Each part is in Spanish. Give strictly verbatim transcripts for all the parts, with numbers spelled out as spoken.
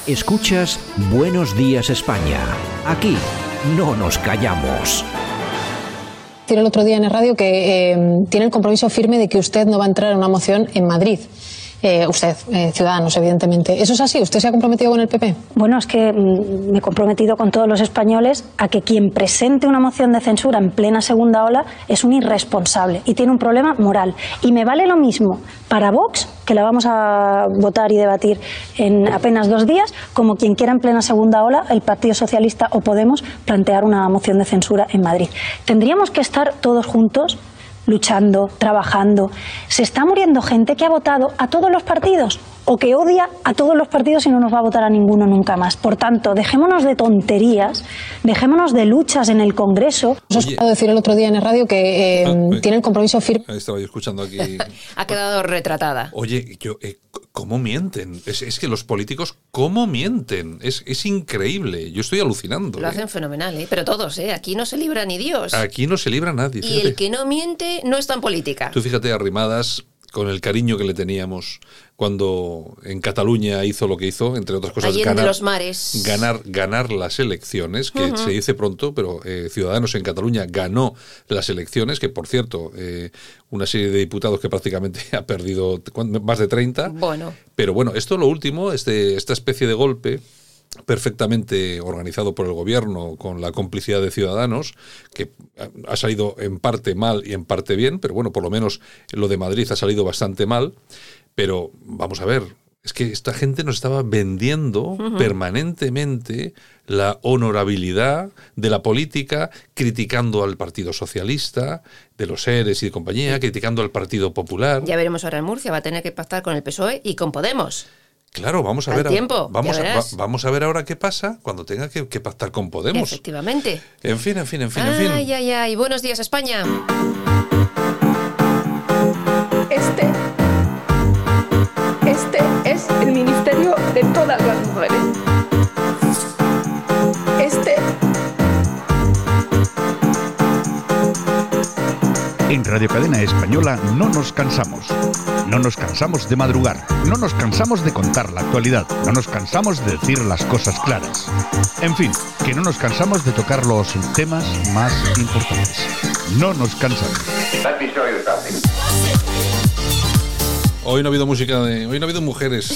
Escuchas Buenos Días España. Aquí no nos callamos. Decir el otro día en el radio que eh, tiene el compromiso firme de que usted no va a entrar en una moción en Madrid. Eh, usted, eh, Ciudadanos, evidentemente. ¿Eso es así? ¿Usted se ha comprometido con el P P? Bueno, es que mm, me he comprometido con todos los españoles a que quien presente una moción de censura en plena segunda ola es un irresponsable y tiene un problema moral. Y me vale lo mismo para Vox, que la vamos a votar y debatir en apenas dos días, como quien quiera en plena segunda ola, el Partido Socialista o Podemos, plantear una moción de censura en Madrid. Tendríamos que estar todos juntos luchando, trabajando. Se está muriendo gente que ha votado a todos los partidos o que odia a todos los partidos y no nos va a votar a ninguno nunca más. Por tanto, dejémonos de tonterías, dejémonos de luchas en el Congreso. Os he escuchado decir el otro día en el radio que eh, ah, tiene el compromiso firme. Estaba yo escuchando aquí. Ha quedado retratada. Oye, yo, eh, ¿cómo mienten? Es, es que los políticos, ¿cómo mienten? Es, es increíble. Yo estoy alucinando. Lo ¿eh? hacen fenomenal, ¿eh? Pero todos, ¿eh? Aquí no se libra ni Dios. Aquí no se libra nadie. Fíjate. Y el que no miente no está en política. Tú fíjate, Arrimadas, con el cariño que le teníamos cuando en Cataluña hizo lo que hizo, entre otras cosas, Allende ganar, los mares. ganar ganar las elecciones, que uh-huh. se dice pronto, pero eh, Ciudadanos en Cataluña ganó las elecciones, que por cierto, eh, una serie de diputados que prácticamente ha perdido más de treinta. Bueno. Pero bueno, esto lo último, este, esta especie de golpe perfectamente organizado por el gobierno con la complicidad de Ciudadanos, que ha salido en parte mal y en parte bien, pero bueno, por lo menos lo de Madrid ha salido bastante mal. Pero vamos a ver, es que esta gente nos estaba vendiendo uh-huh. permanentemente la honorabilidad de la política, criticando al Partido Socialista, de los seres y de compañía, criticando al Partido Popular. Ya veremos ahora en Murcia, va a tener que pactar con el P S O E y con Podemos. Claro, vamos a Al ver. tiempo, vamos, ya a, va, vamos a ver ahora qué pasa cuando tenga que, que pactar con Podemos. Efectivamente. En fin, en fin, en fin, ay, en fin. Ay, ay, ay. Buenos días, España. Este, este es el ministerio de todas las mujeres. Este. En Radio Cadena Española no nos cansamos. No nos cansamos de madrugar. No nos cansamos de contar la actualidad. No nos cansamos de decir las cosas claras. En fin, que no nos cansamos de tocar los temas más importantes. No nos cansamos. Hoy no ha habido música de... Hoy no ha habido mujeres.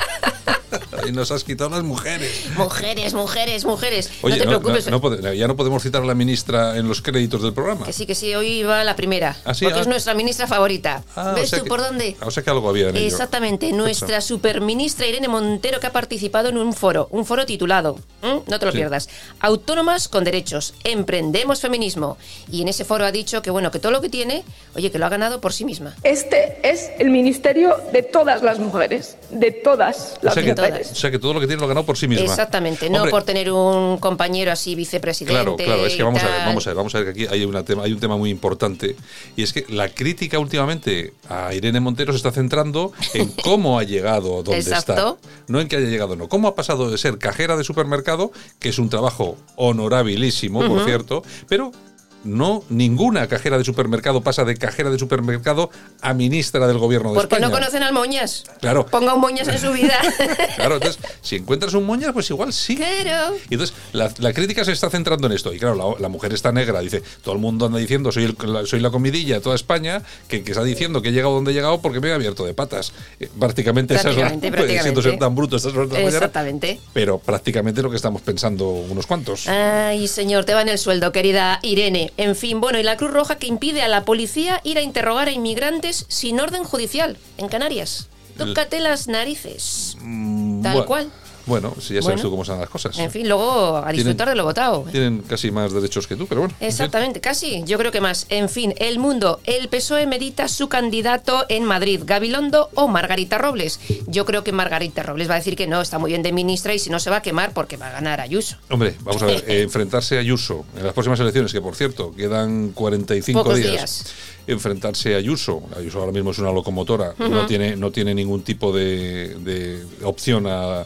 Y nos has quitado las mujeres. Mujeres, mujeres, mujeres. Oye, no te no, preocupes. No, no, ya no podemos citar a la ministra en los créditos del programa. Que sí, que sí, hoy va la primera. ¿Ah, sí? Porque ah. es nuestra ministra favorita. Ah, ¿Ves o sea tú que, por dónde? O sea que algo había en ello. Exactamente. Nuestra superministra Irene Montero, que ha participado en un foro. Un foro titulado, ¿eh? no te lo sí. pierdas, Autónomas con derechos. Emprendemos feminismo. Y en ese foro ha dicho que, bueno, que todo lo que tiene, oye, que lo ha ganado por sí misma. Este es el ministerio de todas las mujeres. De todas las o sea que, mujeres. O sea que todo lo que tiene lo ha ganado por sí misma. Exactamente, no Hombre, por tener un compañero así vicepresidente. Claro, claro, es que vamos tal. a ver, vamos a ver, vamos a ver que aquí hay, una tema, hay un tema muy importante, y es que la crítica últimamente a Irene Montero se está centrando en cómo ha llegado donde Exacto. está. No en que haya llegado, no. Cómo ha pasado de ser cajera de supermercado, que es un trabajo honorabilísimo, uh-huh. por cierto, pero no, ninguna cajera de supermercado pasa de cajera de supermercado a ministra del gobierno de Porque España. Porque no conocen al Moñas. Claro. Ponga un Moñas en su vida. Claro, entonces, si encuentras un Moñas, pues igual sí. Claro. Y entonces, la, la crítica se está centrando en esto. Y claro, la, la mujer está negra, dice, todo el mundo anda diciendo, soy, el, la, soy la comidilla de toda España, que, que está diciendo que he llegado donde he llegado porque me he abierto de patas. Eh, prácticamente, esa es la... prácticamente. Siento ser tan bruto estas horas de la Exactamente. Mañana, pero prácticamente lo que estamos pensando unos cuantos. Ay, señor, te va en el sueldo, querida Irene. En fin, bueno, y la Cruz Roja que impide a la policía ir a interrogar a inmigrantes sin orden judicial en Canarias. Tócate las narices. Mm, Tal bueno, cual. Bueno, si ya sabes bueno, tú cómo son las cosas. En fin, luego a disfrutar tienen, de lo votado. Tienen casi más derechos que tú, pero bueno. Exactamente, casi. Yo creo que más. En fin, El Mundo. El P S O E medita su candidato en Madrid, Gabilondo o Margarita Robles. Yo creo que Margarita Robles va a decir que no, está muy bien de ministra y si no se va a quemar porque va a ganar Ayuso. Hombre, vamos a ver, eh, enfrentarse a Ayuso en las próximas elecciones, que por cierto, quedan cuarenta y cinco Pocos días. días. Enfrentarse a Ayuso. Ayuso ahora mismo es una locomotora, uh-huh. no tiene no tiene ningún tipo de, de opción a, a vencer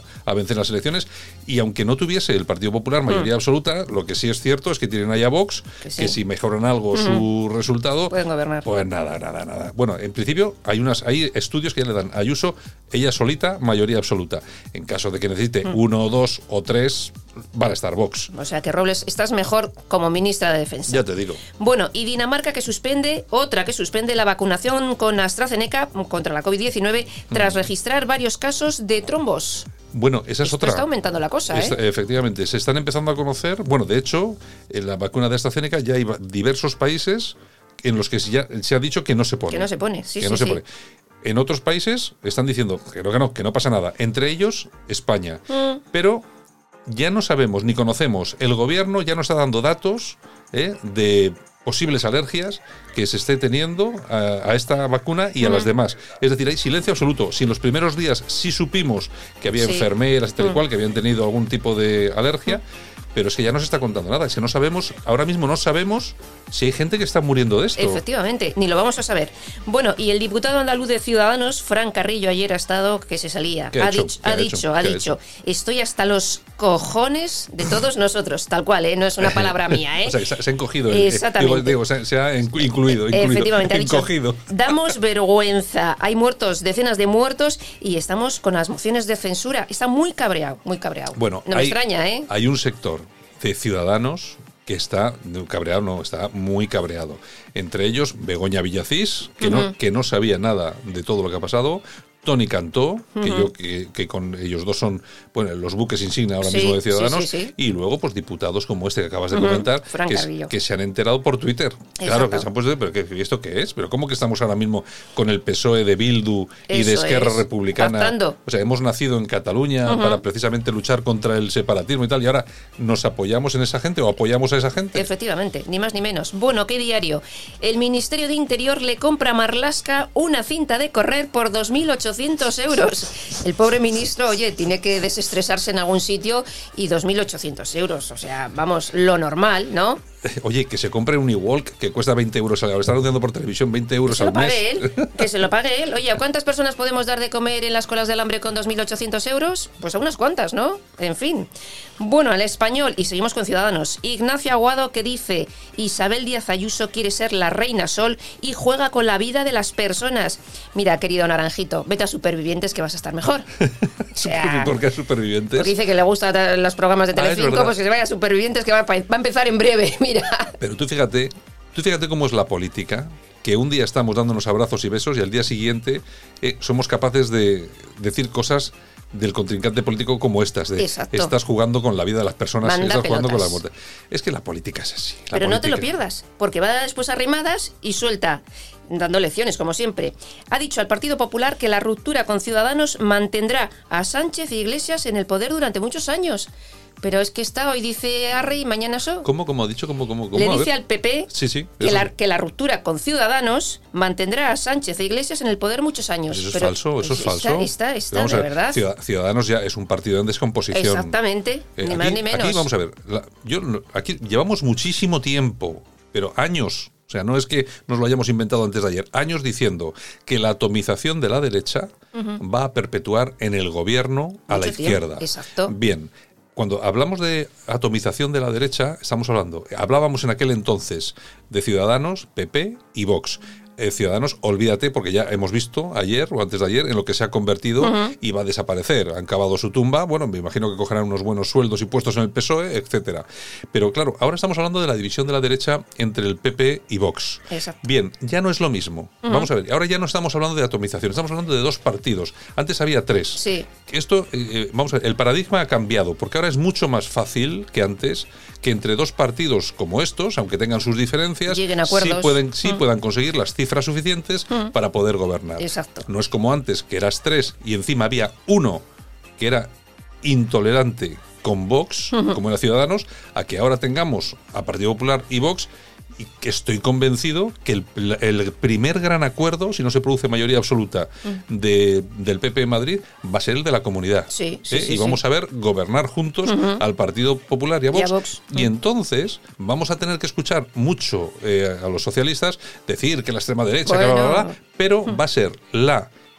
vencen las elecciones, y aunque no tuviese el Partido Popular mayoría mm. absoluta, lo que sí es cierto es que tienen ahí a Vox, que, sí. que si mejoran algo mm-hmm. su resultado, pueden gobernar. Pues nada, nada, nada. Bueno, en principio hay unas hay estudios que ya le dan a Ayuso, ella solita, mayoría absoluta. En caso de que necesite mm. uno, dos o tres, van a estar Vox. O sea que, Robles, estás mejor como ministra de Defensa. Ya te digo. Bueno, y Dinamarca que suspende, otra que suspende la vacunación con AstraZeneca contra la covid diecinueve tras mm. registrar varios casos de trombos. Bueno, esa es Esto otra. Está aumentando la cosa, ¿eh? Está, efectivamente, se están empezando a conocer. Bueno, de hecho, en la vacuna de AstraZeneca ya hay diversos países en los que ya se ha dicho que no se pone. Que no se pone, sí, que sí, no se sí. pone. En otros países están diciendo que no, que no, que no pasa nada. Entre ellos, España. Mm. Pero ya no sabemos ni conocemos. El gobierno ya no está dando datos ¿eh? de posibles alergias que se esté teniendo a, a esta vacuna y a mm. las demás. Es decir, hay silencio absoluto. Si en los primeros días sí supimos que había sí. enfermeras, tal y mm. cual, que habían tenido algún tipo de alergia, mm. pero es que ya no se está contando nada. Es que no sabemos, ahora mismo no sabemos si hay gente que está muriendo de esto. Efectivamente, ni lo vamos a saber. Bueno, y el diputado andaluz de Ciudadanos, Fran Carrillo, ayer ha estado que se salía. Ha, ha hecho? dicho, ha, ha dicho, ha dicho, estoy hasta los cojones de todos nosotros, tal cual, ¿eh? No es una palabra mía, ¿eh? O sea, se, se ha encogido. Exactamente. El, digo, digo, se, se ha incluido, incluido. Efectivamente, ha encogido. Dicho, damos vergüenza. Hay muertos, decenas de muertos, y estamos con las mociones de censura. Está muy cabreado, muy cabreado. Bueno, no hay, me extraña, ¿eh? Hay un sector de Ciudadanos que está cabreado, no, está muy cabreado. Entre ellos, Begoña Villacís, que, uh-huh. no, que no sabía nada de todo lo que ha pasado. Tony Cantó, uh-huh. que yo que, que con ellos dos son bueno, los buques insignia ahora sí, mismo de Ciudadanos, sí, sí, sí. y luego pues diputados como este que acabas de uh-huh. comentar, que, que se han enterado por Twitter. Exacto. Claro, que se han puesto, pero ¿qué, ¿esto qué es? ¿Pero cómo que estamos ahora mismo con el P S O E de Bildu y Eso de Esquerra es. Republicana? Pactando. O sea, hemos nacido en Cataluña uh-huh. para precisamente luchar contra el separatismo y tal, y ahora ¿nos apoyamos en esa gente o apoyamos a esa gente? Efectivamente, ni más ni menos. Bueno, ¿qué diario? El Ministerio de Interior le compra a Marlaska una cinta de correr por dos mil ochocientos euros. El pobre ministro, oye, tiene que desestresarse en algún sitio y dos mil ochocientos euros. O sea, vamos, lo normal, ¿no? Oye, que se compre un e-walk que cuesta veinte euros al mes. Está anunciando por televisión veinte euros al mes. Que se lo pague él. Que se lo pague él. Oye, ¿a cuántas personas podemos dar de comer en las colas del hambre con dos mil ochocientos euros? Pues a unas cuantas, ¿no? En fin. Bueno, al Español, y seguimos con Ciudadanos. Ignacio Aguado, que dice: Isabel Díaz Ayuso quiere ser la reina sol y juega con la vida de las personas. Mira, querido Naranjito, vete a Supervivientes que vas a estar mejor. O sea, ¿por qué a Supervivientes? Porque dice que le gustan los programas de Telecinco, ah, pues que se vaya a Supervivientes que va a, va a empezar en breve. Mira. Pero tú fíjate, tú fíjate cómo es la política, que un día estamos dándonos abrazos y besos y al día siguiente eh, somos capaces de decir cosas del contrincante político como estas, de Exacto. estás jugando con la vida de las personas, Manda estás pelotas. jugando con la muerte. Es que la política es así. Pero política. No te lo pierdas, porque va después a rimadas y suelta, dando lecciones, como siempre. Ha dicho al Partido Popular que la ruptura con Ciudadanos mantendrá a Sánchez y Iglesias en el poder durante muchos años. Pero es que está, hoy dice Arri y mañana so. ¿Cómo? ¿Cómo ha dicho? ¿Cómo, cómo, cómo? Le dice al P P sí, sí, que, la, que la ruptura con Ciudadanos mantendrá a Sánchez e Iglesias en el poder muchos años. Pues eso Pero es falso, eso es está, falso. Está, está, está de verdad. Ciudadanos ya es un partido en descomposición. Exactamente, eh, ni aquí, más ni menos. Aquí vamos a ver, la, yo, aquí llevamos muchísimo tiempo, pero años. O sea, no es que nos lo hayamos inventado antes de ayer. Años diciendo que la atomización de la derecha uh-huh. va a perpetuar en el gobierno Mucho a la tiempo. izquierda. Exacto. Bien. Cuando hablamos de atomización de la derecha, estamos hablando, hablábamos en aquel entonces de Ciudadanos, P P y Vox. Eh, Ciudadanos, olvídate, porque ya hemos visto ayer o antes de ayer en lo que se ha convertido uh-huh. y va a desaparecer. Han cavado su tumba, bueno, me imagino que cogerán unos buenos sueldos y puestos en el P S O E, etcétera. Pero claro, ahora estamos hablando de la división de la derecha entre el P P y Vox. Exacto. Bien, ya no es lo mismo. Uh-huh. Vamos a ver, ahora ya no estamos hablando de atomización, estamos hablando de dos partidos. Antes había tres. Sí. Esto, eh, vamos a ver, el paradigma ha cambiado, porque ahora es mucho más fácil que antes que entre dos partidos como estos, aunque tengan sus diferencias, lleguen a acuerdos. sí, pueden, sí uh-huh. puedan conseguir las cifras suficientes uh-huh. para poder gobernar. Exacto. No es como antes, que eras tres y encima había uno que era intolerante con Vox, uh-huh. como era Ciudadanos, a que ahora tengamos a Partido Popular y Vox, y que estoy convencido que el, el primer gran acuerdo, si no se produce mayoría absoluta uh-huh. de, del P P en Madrid, va a ser el de la comunidad. Sí, sí, ¿eh? sí, y vamos sí. a ver gobernar juntos uh-huh. al Partido Popular y a Vox. Y, a Vox. y entonces vamos a tener que escuchar mucho eh, a los socialistas decir que la extrema derecha, bueno. bla, bla, bla, pero uh-huh. va a ser la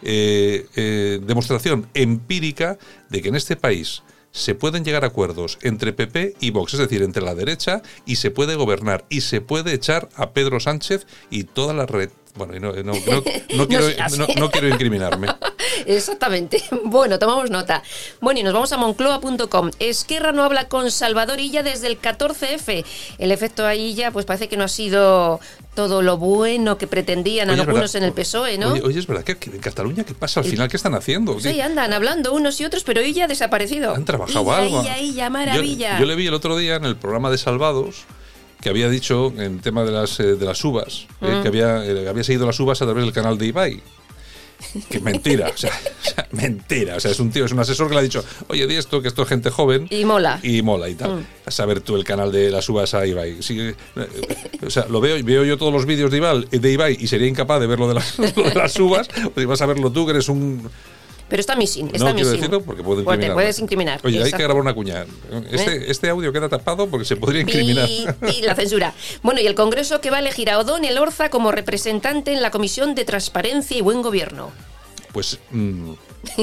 eh, eh, demostración empírica de que en este país se pueden llegar a acuerdos entre P P y Vox, es decir, entre la derecha, y se puede gobernar, y se puede echar a Pedro Sánchez y toda la red. Bueno, no, no, no, no, quiero, no, no quiero incriminarme. Exactamente. Bueno, tomamos nota. Bueno, y nos vamos a moncloa punto com. Esquerra no habla con Salvador Illa desde el catorce efe. El efecto a Illa, pues parece que no ha sido todo lo bueno que pretendían oye, algunos en el P S O E, ¿no? Oye, oye es verdad que, que en Cataluña, ¿qué pasa al final? ¿Qué están haciendo? Sí, andan hablando unos y otros, pero Illa ha desaparecido. Han trabajado Illa, algo. Illa, Illa, maravilla. Yo, yo le vi el otro día en el programa de Salvados, que había dicho en tema de las eh, de las uvas, mm. eh, que había, eh, había seguido las uvas a través del canal de Ibai. Que mentira, o sea, o sea, mentira. O sea, es un tío, es un asesor que le ha dicho, oye, di esto, que esto es gente joven. Y mola. Y mola y tal. Mm. A saber tú el canal de las uvas a Ibai. Sí, eh, o sea, lo veo, veo yo todos los vídeos de Ibai, de Ibai y sería incapaz de ver lo de las, lo de las uvas. Pues vas a verlo tú, que eres un... Pero está missing, está no missing. quiero decirlo porque puedo incriminar. Te puedes incriminar. Oye, exacto. Hay que grabar una cuña. Este, ¿Eh? este audio queda tapado porque se podría incriminar. Y, y la censura. Bueno, y el Congreso que va a elegir a Odón Elorza como representante en la Comisión de Transparencia y Buen Gobierno. Pues... Mmm,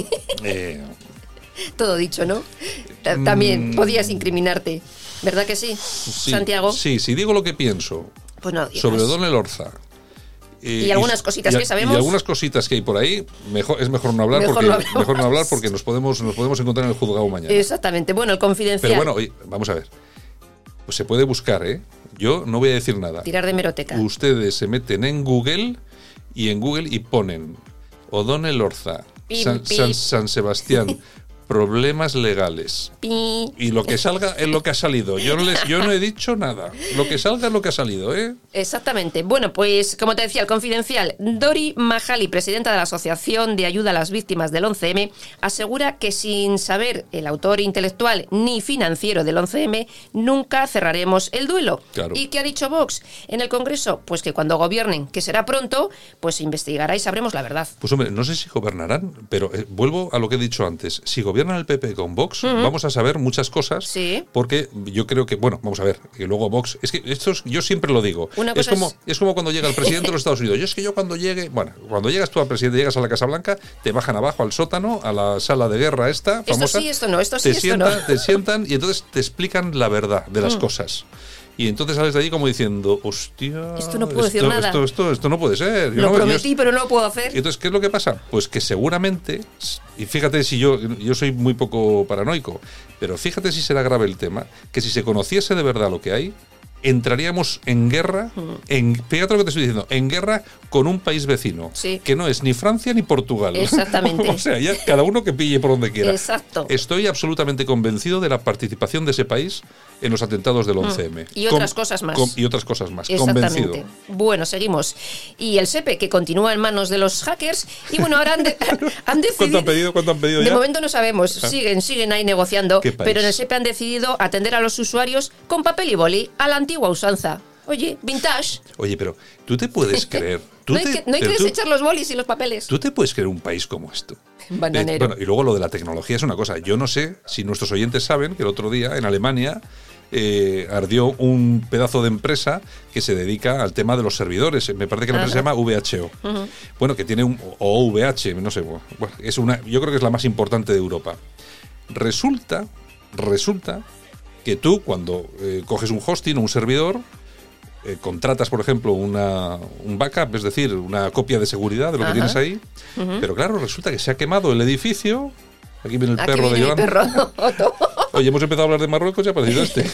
eh, Todo dicho, ¿no? También mm, podías incriminarte. ¿Verdad que sí, sí, Santiago? Sí, si digo lo que pienso pues no, sobre Odón Elorza... Eh, y algunas cositas y, que sabemos. Y algunas cositas que hay por ahí, mejor, es mejor no hablar mejor porque no mejor no hablar porque nos podemos nos podemos encontrar en el juzgado mañana. Exactamente. Bueno, el Confidencial. Pero bueno, oye, vamos a ver. Pues se puede buscar, ¿eh? Yo no voy a decir nada. Tirar de hemeroteca. Ustedes se meten en Google y en Google y ponen Odón Elorza, Pim, San, pim. San, San Sebastián, problemas legales. Pi. Y lo que salga es lo que ha salido. Yo no, les, yo no he dicho nada. Lo que salga es lo que ha salido, ¿eh? Exactamente. Bueno, pues como te decía, el Confidencial, Dori Mahali, presidenta de la Asociación de Ayuda a las Víctimas del once eme, asegura que sin saber el autor intelectual ni financiero del once eme, nunca cerraremos el duelo. Claro. ¿Y qué ha dicho Vox en el Congreso? Pues que cuando gobiernen, que será pronto, pues se investigará y sabremos la verdad. Pues hombre, no sé si gobernarán, pero eh, vuelvo a lo que he dicho antes. Si gobiernan el P P con Vox, uh-huh. vamos a saber muchas cosas, sí. porque yo creo que, bueno, vamos a ver, que luego Vox, es que esto es, yo siempre lo digo, Una es como es... es como cuando llega el presidente de los Estados Unidos. Yo es que yo cuando llegue, bueno, cuando llegas tú al presidente, llegas a la Casa Blanca, te bajan abajo al sótano, a la sala de guerra esta, esto famosa, sí, esto no, esto sí, te esto sientan, no. te sientan y entonces te explican la verdad de las mm. cosas. Y entonces sales de ahí como diciendo, hostia, esto no puedo esto, decir nada. Esto, esto, esto no puede ser. Yo lo no, prometí, yo, pero no lo puedo hacer. Y entonces, ¿qué es lo que pasa? Pues que seguramente, y fíjate si yo, yo soy muy poco paranoico, pero fíjate si será grave el tema, que si se conociese de verdad lo que hay, entraríamos en guerra, en, fíjate lo que te estoy diciendo, en guerra con un país vecino, sí. que no es ni Francia ni Portugal. Exactamente. O sea, ya cada uno que pille por donde quiera. Exacto. Estoy absolutamente convencido de la participación de ese país en los atentados del once eme. Y otras con, cosas más. Con, y otras cosas más. Exactamente. Convencido. Bueno, seguimos. Y el S E P E, que continúa en manos de los hackers. Y bueno, ahora han, de, han decidido... ¿Cuánto han pedido? ¿Cuánto han pedido de ya? momento no sabemos. Ah. Siguen, siguen ahí negociando. Pero en el S E P E han decidido atender a los usuarios con papel y boli a la antigua usanza. Oye, vintage. Oye, pero tú te puedes creer... Tú no hay te, que, no hay que tú, desechar los bolis y los papeles. ¿Tú te puedes creer un país como esto? Bananero. Eh, bueno, y luego lo de la tecnología es una cosa. Yo no sé si nuestros oyentes saben que el otro día en Alemania eh, ardió un pedazo de empresa que se dedica al tema de los servidores. Me parece que la empresa se llama V H O. Uh-huh. Bueno, que tiene un... o V H, no sé. Bueno, es una, yo creo que es la más importante de Europa. Resulta, resulta que tú cuando eh, coges un hosting o un servidor... Eh, contratas, por ejemplo, una, un backup, es decir, una copia de seguridad de lo Ajá. que tienes ahí, uh-huh. pero claro, resulta que se ha quemado el edificio. Aquí viene el Aquí perro viene de Yolanda. Perro. Oye, hemos empezado a hablar de Marruecos y ha aparecido este.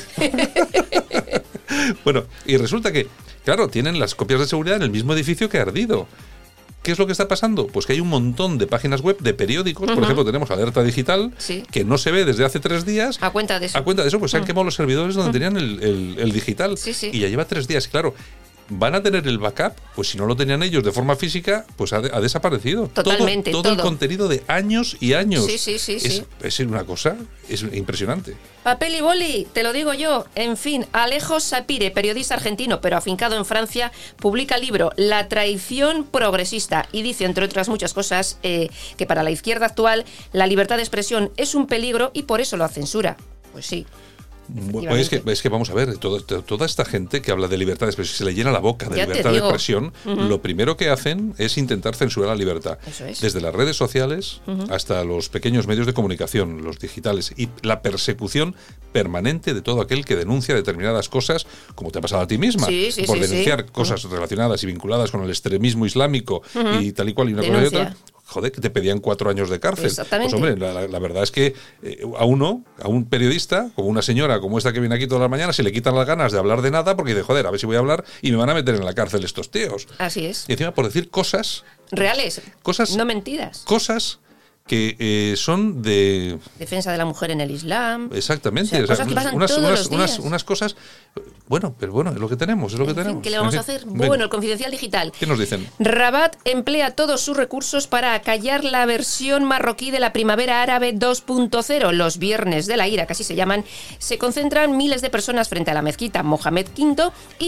Bueno, y resulta que, claro, tienen las copias de seguridad en el mismo edificio que ha ardido. ¿Qué es lo que está pasando? Pues que hay un montón de páginas web, de periódicos, uh-huh. por ejemplo, tenemos Alerta Digital, sí. que no se ve desde hace tres días. A cuenta de eso. A cuenta de eso, pues uh-huh. se han quemado los servidores donde uh-huh. tenían el, el, el digital. Sí, sí. Y ya lleva tres días. Claro, van a tener el backup, pues si no lo tenían ellos de forma física, pues ha, de, ha desaparecido. Totalmente. Todo, todo, todo el contenido de años y años. Sí, sí, sí. Es, sí. es una cosa, es impresionante. Papel y boli, te lo digo yo. En fin, Alejo Sapire, periodista argentino, pero afincado en Francia, publica el libro La traición progresista y dice, entre otras muchas cosas, eh, que para la izquierda actual la libertad de expresión es un peligro y por eso lo censura. Pues sí. Bueno, es, que, es que vamos a ver, todo, toda esta gente que habla de libertad de expresión, se le llena la boca de Ya libertad de expresión, uh-huh. lo primero que hacen es intentar censurar la libertad. Eso es. Desde las redes sociales uh-huh. hasta los pequeños medios de comunicación, los digitales, y la persecución permanente de todo aquel que denuncia determinadas cosas, como te ha pasado a ti misma, sí, sí, por sí, denunciar sí. relacionadas uh-huh. relacionadas y vinculadas con el extremismo islámico uh-huh. y tal y cual y una Denuncia. cosa y otra. Joder, que te pedían cuatro años de cárcel. Exactamente. Pues hombre, la, la verdad es que eh, a uno, a un periodista, como una señora como esta que viene aquí todas las mañanas, se le quitan las ganas de hablar de nada porque dice, joder, a ver si voy a hablar y me van a meter en la cárcel estos tíos. Así es. Y encima por decir cosas... Reales. Cosas... No mentiras. Cosas... que eh, son de... Defensa de la mujer en el Islam. Exactamente. O sea, o sea, cosas que pasan unas, todos unas, los unas, días. unas cosas... Bueno, pero bueno, es lo que tenemos, es lo que En fin, tenemos. ¿qué le vamos En a fin, hacer? venga. Bueno, el Confidencial Digital. ¿Qué nos dicen? Rabat emplea todos sus recursos para acallar la versión marroquí de la primavera árabe dos punto cero. Los viernes de la ira, que así se llaman, se concentran miles de personas frente a la mezquita Mohamed quinto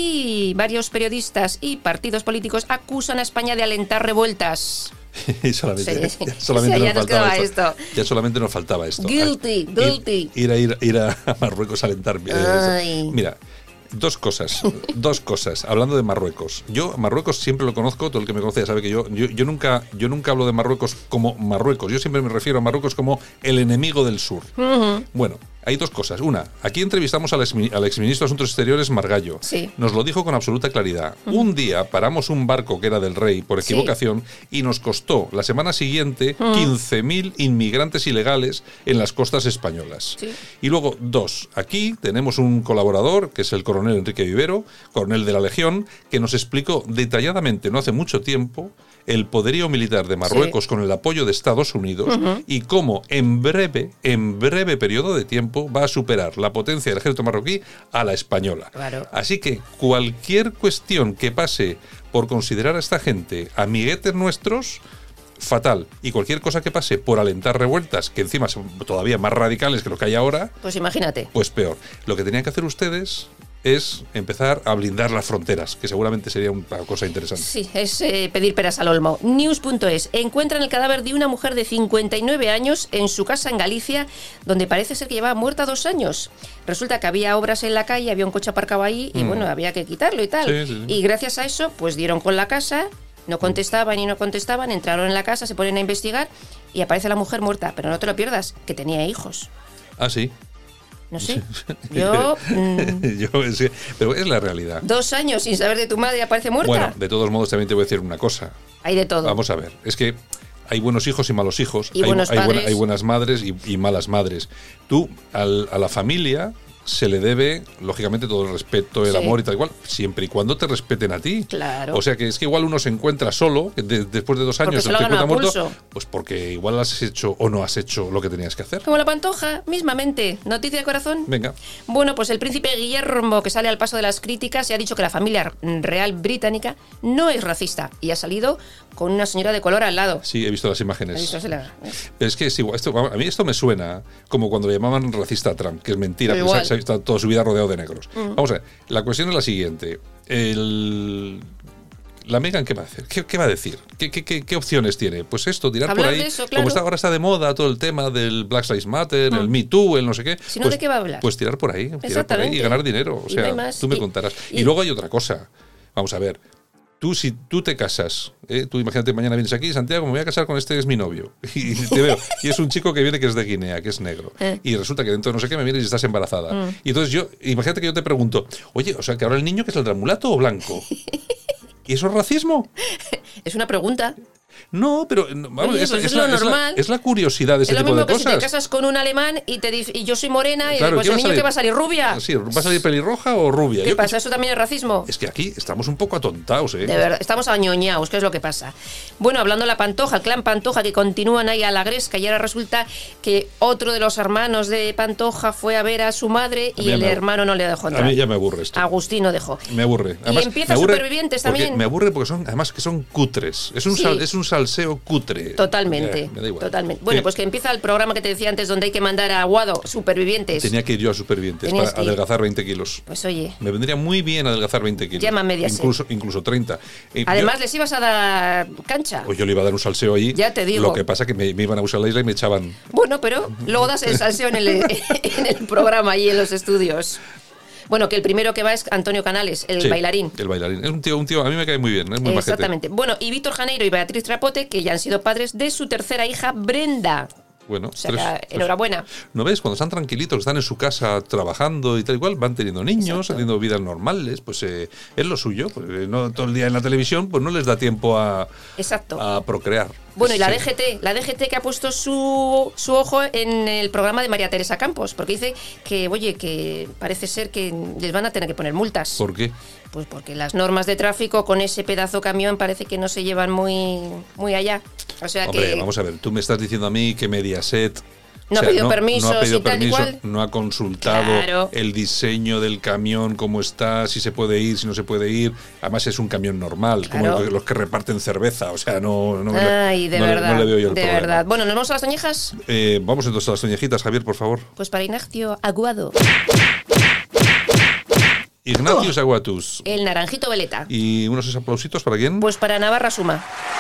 y varios periodistas y partidos políticos acusan a España de alentar revueltas. Y solamente, Sí. ya solamente Sí, nos ya nos faltaba quedaba esto. esto. Ya solamente nos faltaba esto. Guilty, Ir- guilty. Ir, a ir, ir a Marruecos a alentar. eh, Ay. Mira, dos cosas. Dos cosas. Hablando de Marruecos. Yo a Marruecos siempre lo conozco. Todo el que me conoce ya sabe que yo, yo, yo nunca, yo nunca hablo de Marruecos como Marruecos. Yo siempre me refiero a Marruecos como el enemigo del sur. Uh-huh. Bueno, hay dos cosas. Una, aquí entrevistamos al, exmi- al exministro de Asuntos Exteriores, Margallo. Sí. Nos lo dijo con absoluta claridad. Uh-huh. Un día paramos un barco que era del rey por Sí. equivocación y nos costó la semana siguiente uh-huh. quince mil inmigrantes ilegales en las costas españolas. Sí. Y luego, dos, aquí tenemos un colaborador, que es el coronel Enrique Vivero, coronel de la Legión, que nos explicó detalladamente, no hace mucho tiempo, el poderío militar de Marruecos sí. con el apoyo de Estados Unidos uh-huh. y cómo en breve, en breve periodo de tiempo va a superar la potencia del ejército marroquí a la española. Claro. Así que cualquier cuestión que pase por considerar a esta gente amiguetes nuestros, fatal. Y cualquier cosa que pase por alentar revueltas, que encima son todavía más radicales que lo que hay ahora, pues imagínate. Pues peor. Lo que tenían que hacer ustedes es empezar a blindar las fronteras, que seguramente sería una cosa interesante. Sí, es eh, pedir peras al olmo. News punto es. Encuentran el cadáver de una mujer de cincuenta y nueve años en su casa en Galicia, donde parece ser que llevaba muerta dos años. Resulta que había obras en la calle, había un coche aparcado ahí y mm. bueno, había que quitarlo y tal. Sí, sí, sí. Y gracias a eso, pues dieron con la casa, no contestaban y no contestaban, entraron en la casa, se ponen a investigar y aparece la mujer muerta. Pero no te lo pierdas, que tenía hijos. Ah, sí. No sé. Yo. Mmm, Yo es que, pero es la realidad. Dos años sin saber de tu madre y aparece muerta. Bueno, de todos modos también te voy a decir una cosa. Hay de todo. Vamos a ver. Es que hay buenos hijos y malos hijos. Y hay, buenos hay, padres. buena, hay buenas madres y, y malas madres. Tú, al, a la familia se le debe, lógicamente, todo el respeto, el sí. amor y tal igual, siempre y cuando te respeten a ti. Claro. O sea que es que igual uno se encuentra solo de, después de dos años se lo ha ganado muerto, pulso. pues porque igual has hecho o no has hecho lo que tenías que hacer. Como la Pantoja, mismamente. Noticia de corazón. Venga. Bueno, pues el príncipe Guillermo, que sale al paso de las críticas, se ha dicho que la familia real británica no es racista y ha salido con una señora de color al lado. Sí, he visto las imágenes. Visto, se la... Pero es que es igual, esto, a mí esto me suena como cuando le llamaban racista a Trump, que es mentira, Pero porque igual. se ha estado toda su vida rodeado de negros. Mm. Vamos a ver, la cuestión es la siguiente. El... ¿La Meghan qué va a hacer? ¿Qué, qué va a decir? ¿Qué, qué, qué, qué opciones tiene? Pues esto, tirar Hablar por ahí. de eso, claro. Como está, ahora está de moda todo el tema del Black Lives Matter, Mm. el Me Too, el no sé qué. Si no, pues, ¿de qué va a hablar? Pues tirar por ahí, tirar por ahí Exactamente. y ganar dinero. O Y no sea, hay más. tú me Y- contarás. Y, y- luego hay otra cosa. Vamos a ver. Tú, si tú te casas, ¿eh? Tú imagínate, mañana vienes aquí, Santiago, me voy a casar con este, es mi novio. Y te veo. Y es un chico que viene que es de Guinea, que es negro. Eh. Y resulta que dentro de no sé qué me vienes y estás embarazada. Mm. Y entonces yo, imagínate que yo te pregunto, oye, o sea, que ahora el niño que saldrá mulato o blanco. ¿Y eso es racismo? Es una pregunta. No, pero no, vamos, Oye, es, pues es es la, lo es la- normal. es la curiosidad de ese Es lo tipo mismo de que si te cosas. casas con un alemán y, te dif- y yo soy morena y Claro, pues ¿qué el va a niño salir? que va a salir rubia. Sí, ¿va a salir pelirroja o rubia? ¿Qué Yo- pasa? ¿Eso también es racismo? Es que aquí estamos un poco atontados, ¿eh? De verdad, estamos añoñados, ¿qué es lo que pasa? Bueno, hablando de la Pantoja, el clan Pantoja, que continúan ahí a la gresca, y ahora resulta que otro de los hermanos de Pantoja fue a ver a su madre A y mí el me- hermano no le dejó A entrar. mí ya me aburre esto. Agustino dejó. Me aburre. Y empieza me aburre Supervivientes porque también. Me aburre porque son, además, que son cutres. Es un, Sí. sal- es un salseo cutre. Totalmente, Eh, me da igual. totalmente. Bueno, Eh, pues que empieza el programa que te decía antes donde hay que mandar a Guado, supervivientes. Tenía que ir yo a Supervivientes Tenías para que ir. adelgazar veinte kilos. Pues oye, Me vendría muy bien adelgazar veinte kilos. Llama a Mediaset. Incluso, incluso treinta. Eh, además yo, les ibas a dar cancha. pues yo le iba a dar un salseo allí. Ya te digo. Lo que pasa que me, me iban a buscar la isla y me echaban. Bueno, pero luego das el salseo en el, en el programa ahí en los estudios. Bueno, que el primero que va es Antonio Canales, el Sí, bailarín. El bailarín. Es un tío, un tío, a mí me cae muy bien, es muy majete. Exactamente. Bueno, y Víctor Janeiro y Beatriz Trapote, que ya han sido padres de su tercera hija, Brenda. Bueno, O sea, tres- que, enhorabuena. ¿No ves? Cuando están tranquilitos, están en su casa trabajando y tal igual, van teniendo niños, Exacto. haciendo vidas normales, pues eh, es lo suyo. Pues, eh, no todo el día en la televisión, pues no les da tiempo a, Exacto. a procrear. Bueno, y la Sí. D G T, la D G T que ha puesto su, su ojo en el programa de María Teresa Campos, porque dice que, oye, que parece ser que les van a tener que poner multas. ¿Por qué? Pues porque las normas de tráfico con ese pedazo camión parece que no se llevan muy, muy allá. O sea Hombre, que... vamos a ver, tú me estás diciendo a mí que Mediaset No ha pedido permisos no ha pedido y tal y permiso, cual. no ha consultado Claro. el diseño del camión, cómo está, si se puede ir, si no se puede ir. Además es un camión normal, Claro. como los, los que reparten cerveza. O sea, no, no, me le- Ay, de no le- verdad, no le veo yo el de problema. verdad. Bueno, ¿nos vamos a las toñejas? Eh, vamos entonces a las toñejitas, Javier, por favor. Pues para Ignacio Aguado, Ignacius Aguatus. el naranjito veleta. ¿Y unos aplausitos para quién? Pues para Navarra Suma.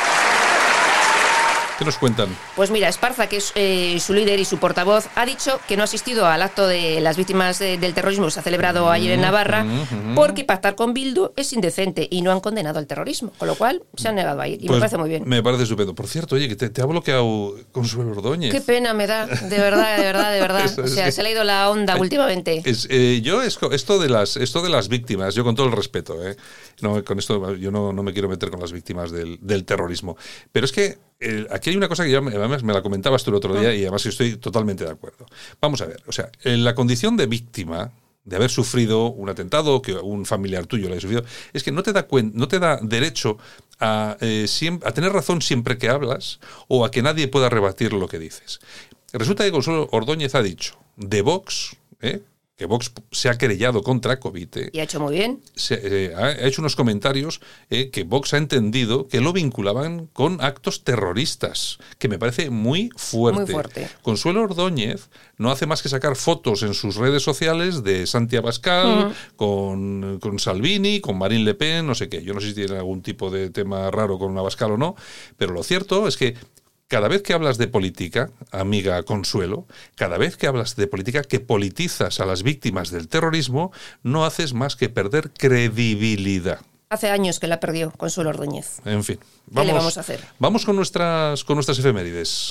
¿Qué nos cuentan? Pues mira, Esparza, que es eh, su líder y su portavoz, ha dicho que no ha asistido al acto de las víctimas de- del terrorismo que se ha celebrado ayer en Navarra porque pactar con Bildu es indecente y no han condenado el terrorismo, con lo cual se han negado a ir y Pues me parece muy bien. Me parece estupendo. Por cierto, oye, que te, te ha bloqueado Consuelo Ordóñez. Qué pena me da, de verdad, de verdad, de verdad. Eso O es sea, que- se le ha ido la onda últimamente. Es, eh, yo es- esto de las esto de las víctimas, yo con todo el respeto, eh, no, con esto yo no, no me quiero meter con las víctimas del, del terrorismo, pero es que eh, aquí hay una cosa que ya me, además me la comentabas tú el otro día y además yo estoy totalmente de acuerdo. Vamos a ver, o sea, en la condición de víctima de haber sufrido un atentado, que un familiar tuyo lo haya sufrido, es que no te da cuen- no te da derecho a, eh, siem- a tener razón siempre que hablas o a que nadie pueda rebatir lo que dices. Resulta que Consuelo Ordóñez ha dicho de Vox, ¿eh? que Vox se ha querellado contra Covite, Y ha hecho muy bien. se, eh, ha hecho unos comentarios eh, que Vox ha entendido que lo vinculaban con actos terroristas, que me parece muy fuerte. Muy fuerte. Consuelo Ordóñez no hace más que sacar fotos en sus redes sociales de Santi Abascal, con, con Salvini, con Marine Le Pen, no sé qué. Yo no sé si tiene algún tipo de tema raro con Abascal o no, pero lo cierto es que cada vez que hablas de política, amiga Consuelo, cada vez que hablas de política, que politizas a las víctimas del terrorismo, no haces más que perder credibilidad. Hace años que la perdió Consuelo Ordóñez. En fin, ¿Qué le vamos a hacer? Vamos con nuestras, con nuestras efemérides.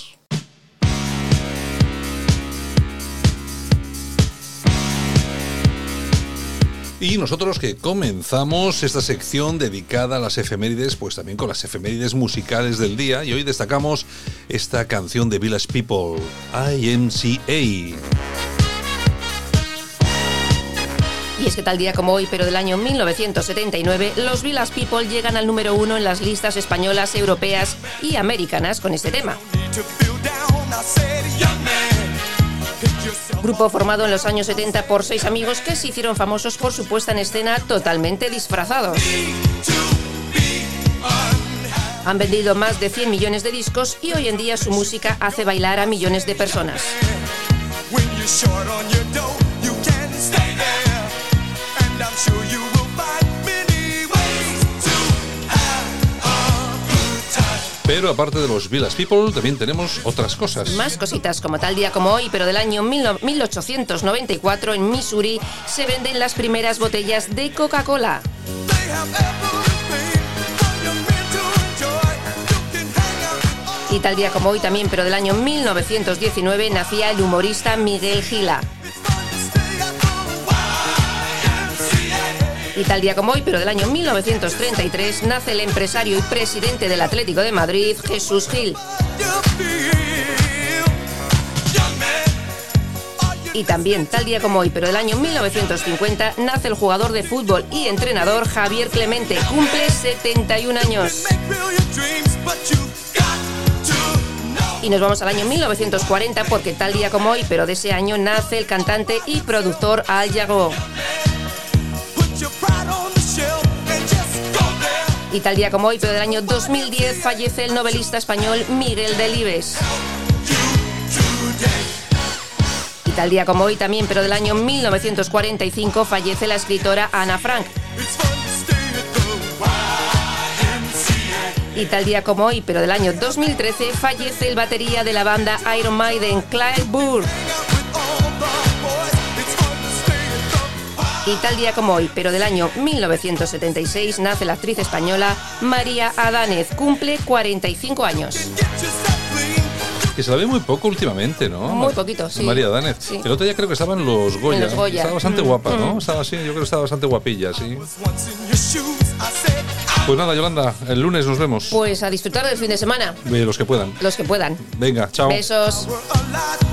Y nosotros que comenzamos esta sección dedicada a las efemérides, pues también con las efemérides musicales del día, y hoy destacamos esta canción de Village People, I M C A. Y es que tal día como hoy, pero del año mil novecientos setenta y nueve, los Village People llegan al número uno en las listas españolas, europeas y americanas con este tema. Grupo formado en los años setenta por seis amigos que se hicieron famosos por su puesta en escena totalmente disfrazados. Han vendido más de cien millones de discos y hoy en día su música hace bailar a millones de personas. Pero aparte de los Village People, también tenemos otras cosas. Más cositas, como tal día como hoy, pero del año mil ochocientos noventa y cuatro, en Missouri, se venden las primeras botellas de Coca-Cola. Y tal día como hoy también, pero del año mil novecientos diecinueve, nacía el humorista Miguel Gila. Y tal día como hoy, pero del año mil novecientos treinta y tres, nace el empresario y presidente del Atlético de Madrid, Jesús Gil. Y también, tal día como hoy, pero del año mil novecientos cincuenta, nace el jugador de fútbol y entrenador Javier Clemente. Cumple setenta y un años. Y nos vamos al año mil novecientos cuarenta, porque tal día como hoy, pero de ese año, nace el cantante y productor Al Jarreau. Y tal día como hoy, pero del año dos mil diez, fallece el novelista español Miguel Delibes. Y tal día como hoy también, pero del año mil novecientos cuarenta y cinco, fallece la escritora Ana Frank. Y tal día como hoy, pero del año dos mil trece, fallece el batería de la banda Iron Maiden, Clive Burr. Y tal día como hoy, pero del año mil novecientos setenta y seis, nace la actriz española María Adánez, cumple cuarenta y cinco años. Que se la ve muy poco últimamente, ¿no? Muy poquito, sí. María Adánez. Sí. El otro día creo que estaba en los Goya. En los Goya. Estaba bastante Mm, guapa, ¿no? mm. Estaba así, yo creo que estaba bastante guapilla, sí. Pues nada, Yolanda, el lunes nos vemos. Pues a disfrutar del fin de semana. De los que puedan. Los que puedan. Venga, chao. Besos.